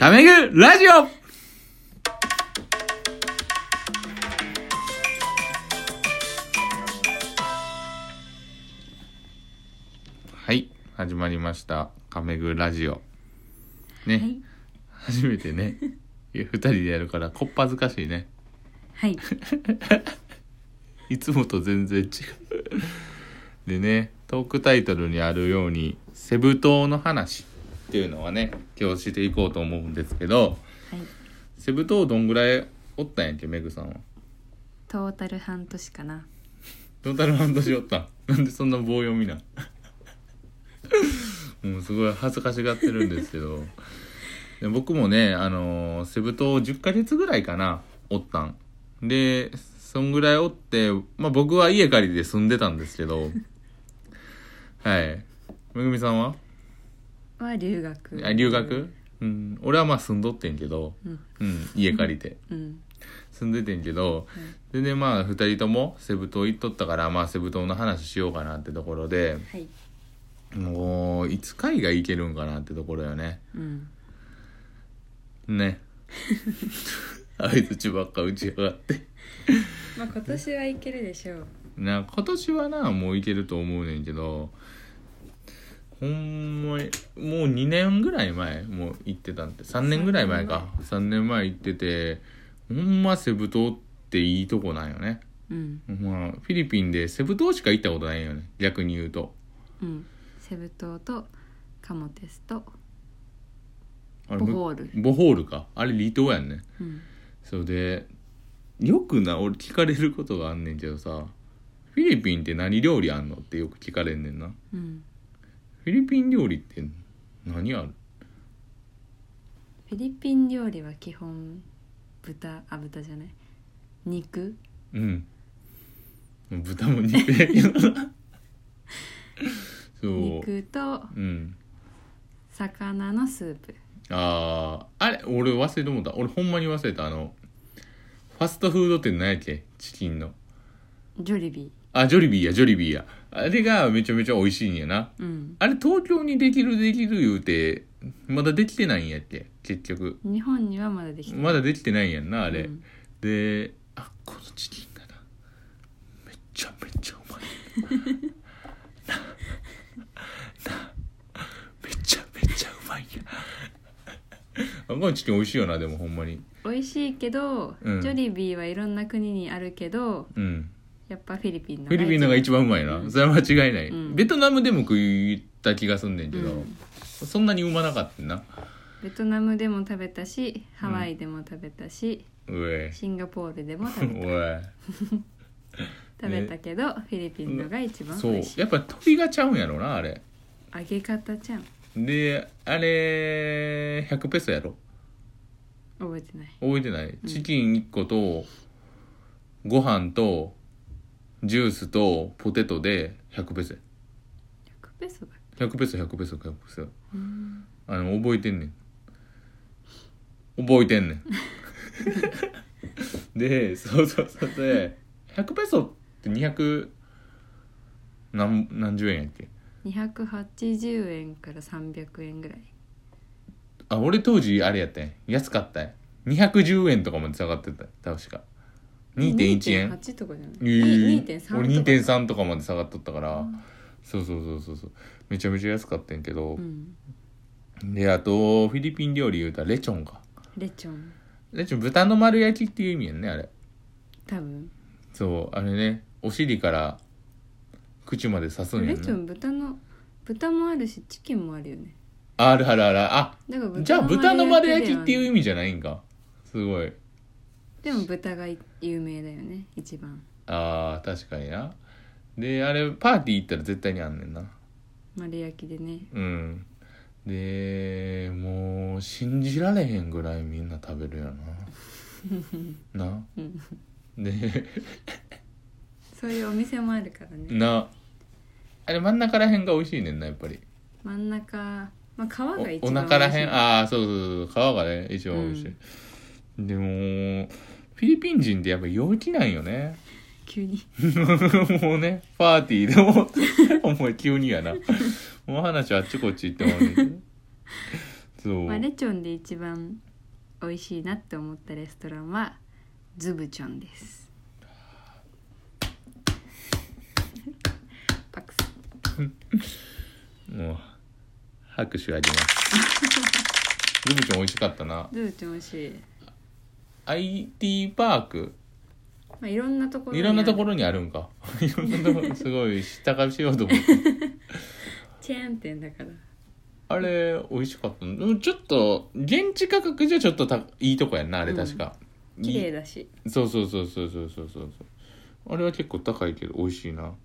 カメグラジオ。はい、始まりましたカメグラジオね、はい、初めてね2人でやるからこっぱずかしいね。 はいいつもと全然違うでね、トークタイトルにあるようにセブ島の話っていうのはね今日していこうと思うんですけど、はい、セブ島どんぐらいおったんやっけメグさんは。 トータル半年かな。 トータル半年おったんなんでそんな棒読みなんもうすごい恥ずかしがってるんですけどで僕もねセブ島10ヶ月ぐらいかなおったんで、そんぐらいおって、まあ僕は家借りで住んでたんですけどはい。めぐみさんは留学。 留学？うん。俺はまあ住んどってんけど、うん、家借りて、住んでてんけど、でね、まあ2人ともセブ島行っとったから、まあセブ島の話しようかなってところで、はい、もういつ海外行けるんかなってところよね。ね。相づちばっか打ち上がってまあ今年はいけるでしょう。 今年はなもういけると思うねんけど、ほんまにもう2年ぐらい前もう行ってたんで、3年ぐらい前か、3年前行ってて、ほんまセブ島っていいとこなんよね。まあフィリピンでセブ島しか行ったことないよね、逆に言うと。 セブ島とカモテスとボホールか、あれ離島やんね。そうでよくな、俺聞かれることがあんねんけどさ、フィリピンって何料理あんのってよく聞かれんねんな。フィリピン料理って何ある？ フィリピン料理は基本豚じゃない、肉。 豚も肉やけどなそう、 肉と、魚のスープ。 あれ俺忘れてもった。俺ほんまに忘れた。ファストフード店何やっけ、チキンのジョリビー。ジョリビーや。あれがめちゃめちゃ美味しいんやな。あれ東京にできる言うてまだできてないんやっけ結局。 日本にはまだできてない。 まだできてないんやんなあれ。で、このチキンがなめちゃめちゃうまいめちゃめちゃうまいんやこのチキン美味しいよな。でもほんまに美味しいけど、ジョリビーはいろんな国にあるけど、やっぱフィリピンのが一番うまいな。それは間違いない。ベトナムでも食った気がすんねんけど、そんなにうまなかったな。 ベトナムでも食べたし、ハワイでも食べたし、シンガポールでも食べた食べたけど、フィリピンのが一番美味しい。 そうやっぱ鶏がちゃうんやろなあれ。 揚げ方ちゃんで、あれ100ペソやろ。 覚えてない、 チキン1個とご飯とジュースとポテトで100ペソや。 100ペソだっけ。100ペソ覚えてんねんで、そうで100ペソって200何十円やっけ。 280円から300円ぐらい。 俺当時あれやったんや、安かったんや。210円とかまで下がってた確か。2.1 円 2.8 とかじゃない、 2.3 俺 2.3 とかまで下がっとったから、そうめちゃめちゃ安かったんやけど、であとフィリピン料理言うたらレチョン豚の丸焼きっていう意味やんねあれ多分。 そうあれね、お尻から口まで刺すんやんね。 レチョン豚もあるしチキンもあるよね。 あるじゃあ豚の丸焼きっていう意味じゃないんか。すごい。 でも豚が有名だよね一番。 確かにな。であれパーティー行ったら絶対にあんねんな、 丸焼きでね。 でもう信じられへんぐらいみんな食べるやなな、でそういうお店もあるからね。 あれ真ん中らへんが美味しいねんなやっぱり。 真ん中、皮が一番美味しい。 お腹らへん、そう皮がね一番美味しい。でもフィリピン人ってやっぱ陽気なんよね。 急にもうねパーティーでもお前急にやなもう話あっちこっち行ってもらうねんけどそう、 まあ、レチョンで一番美味しいなって思ったレストランはズブチョンです。パクスもう拍手ありますズブチョン美味しかったな。 ズブチョン美味しい。 IT パーク、 まあ、いろんなところにあるんかいろんなところすごい知ったかしようと思ってチェーン店だから。 あれ美味しかったの。ちょっと現地価格じゃちょっといいとこやんなあれ確か、 綺麗だし。 そうあれは結構高いけど美味しいな。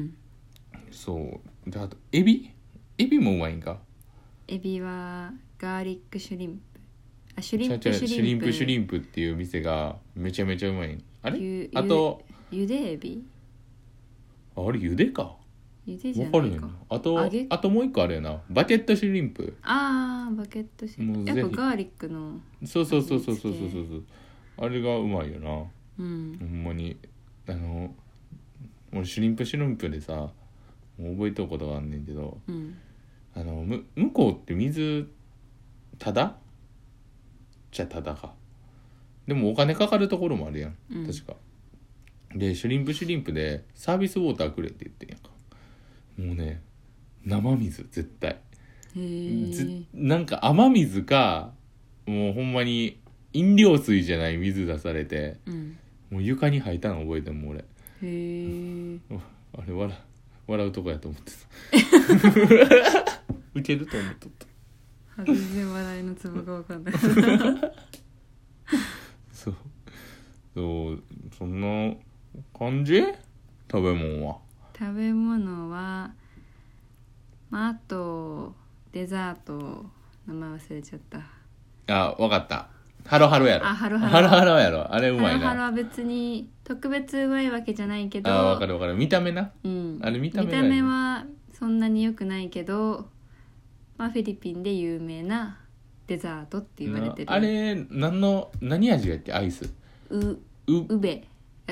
そうで、あとエビもうまいんか。 エビはガーリックシュリンプ、シュリンプっていう店がめちゃめちゃうまい。あれあとゆでエビ、 あれゆでか、 ゆでじゃないか。 分かるよな。あともう一個あるよな、バケットシュリンプ。 バケットシュリンプ、やっぱガーリックのそうあれがうまいよな。ほんまに俺シュリンプでさ、もう覚えておくことがあんねんけど、向こうって水ただじゃただか、でもお金かかるところもあるやん、確か。でシュリンプでサービスウォーターくれって言ってんやんか。もうね生水絶対なんか雨水か、もうほんまに飲料水じゃない水出されて、もう床に吐いたの覚えても俺。あれ笑うとこやと思ってさウケると思っとった。 全然笑いのツボが分かんないそうそんな感じ。食べ物はあとデザート名前忘れちゃった。 分かった。ハロハロやろ。 ハロハロやろ。あれうまいな。 ハロハロは別に特別うまいわけじゃないけど、 分かる見た目な、あれ見た目はそんなに良くないけど、まあ、フィリピンで有名なデザートって言われてる。 あれ何味やっけ。アイスウベ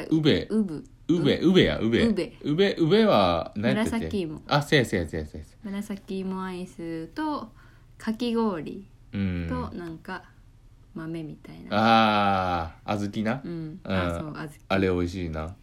は何やったっけ。 紫芋。 せや紫芋アイスとかき氷となんか豆みたいな。 小豆な。 そう小豆。 あれ美味しいな。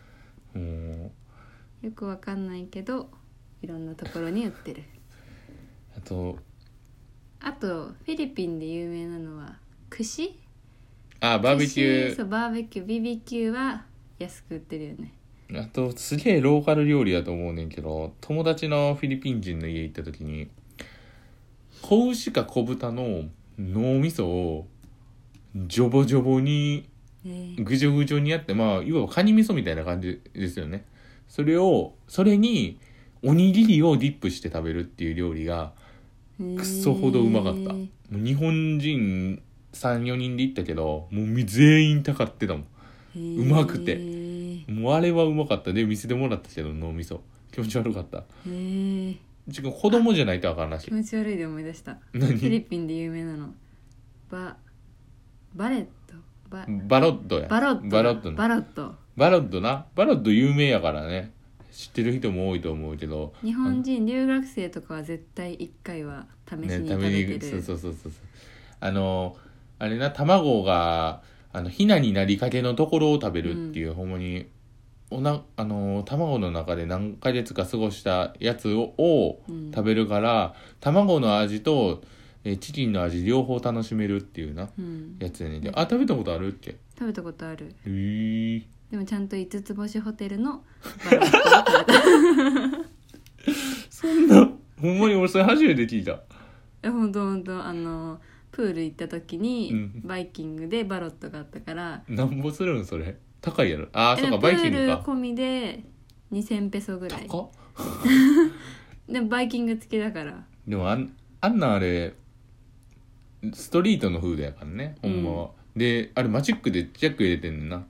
よくわかんないけどいろんなところに売ってる。 あとフィリピンで有名なのは串。 バーベキュー。 そう、バーベキュー BBQ は安く売ってるよね。 あとすげえローカル料理だと思うねんけど、友達のフィリピン人の家行った時に子牛か子豚の脳みそをジョボジョボにぐじょぐじょにやって、いわばカニ味噌みたいな感じですよね。それにおにぎりをディップして食べるっていう料理がくっそほどうまかった。もう日本人 3,4 人で行ったけど、もう全員たかってたもん。うまくて、もうあれはうまかったで、見せてもらったけど脳みそ気持ち悪かった。子供じゃないとあかんらしい。 気持ち悪いで思い出した。フ何？ ィリピンで有名なのバレットバロッドや。バロッド有名やからね、知ってる人も多いと思うけど、 日本人留学生とかは絶対1回は試しに食べてる、 そうあれな、卵がヒナになりかけのところを食べるっていう、ほんまに卵の中で何ヶ月か過ごしたやつを食べるから、卵の味とチキンの味両方楽しめるっていうな、やつやねんで。食べたことあるっけ。 食べたことある。 でもちゃんと5つ星ホテルのバラットを食べたそんな、ほんまに俺それ初めて聞いた。 ほんとプール行った時に、バイキングでバロットがあったから。 なんぼするんそれ。高いやろ。そうか、バイキングか。 プール込みで2000ペソぐらい。 高っでもバイキング付きだから。 でもあんなあれストリートのフードやからね、ほんまは。であれマジックでチェック入れてんねんな。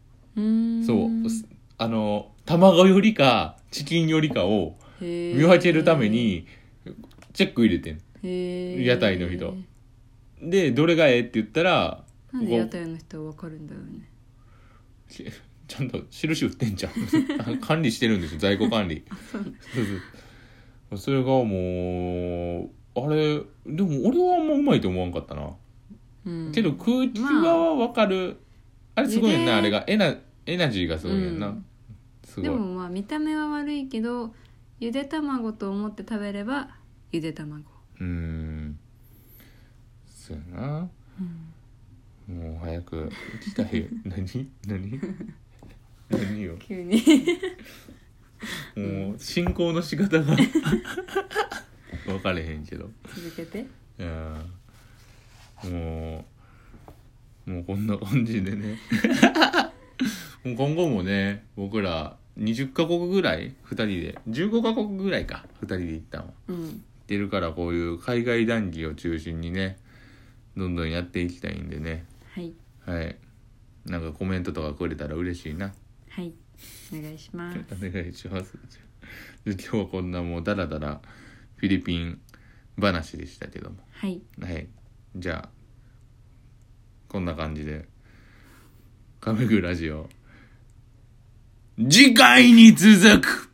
そう卵よりかチキンよりかを見分けるためにチェック入れてん。屋台の人でどれがええって言ったら、 なんで屋台の人は分かるんだろうね。 ちゃんと印売ってんじゃん管理してるんですよ、在庫管理それがもあれでも俺はあんまうまいと思わんかったな、けど空気は分かる、あれすごいよな、あれがエナジーがすごいやんな、すごい。 でもまあ見た目は悪いけどゆで卵と思って食べればゆで卵。 そうやな、もう早く行きたいよ何よ急にもう進行の仕方が分かれへんけど続けて。 いやもうこんな感じでね今後もね僕ら20カ国ぐらい2人で15カ国ぐらいか2人で行ったの、行ってるからこういう海外談義を中心にねどんどんやっていきたいんでね。はい、なんかコメントとかくれたら嬉しいな。 はい、お願いしますお願いしますで今日はこんなもうダラダラフィリピン話でしたけども、はい、じゃあこんな感じでカメグラジオ次回に続く。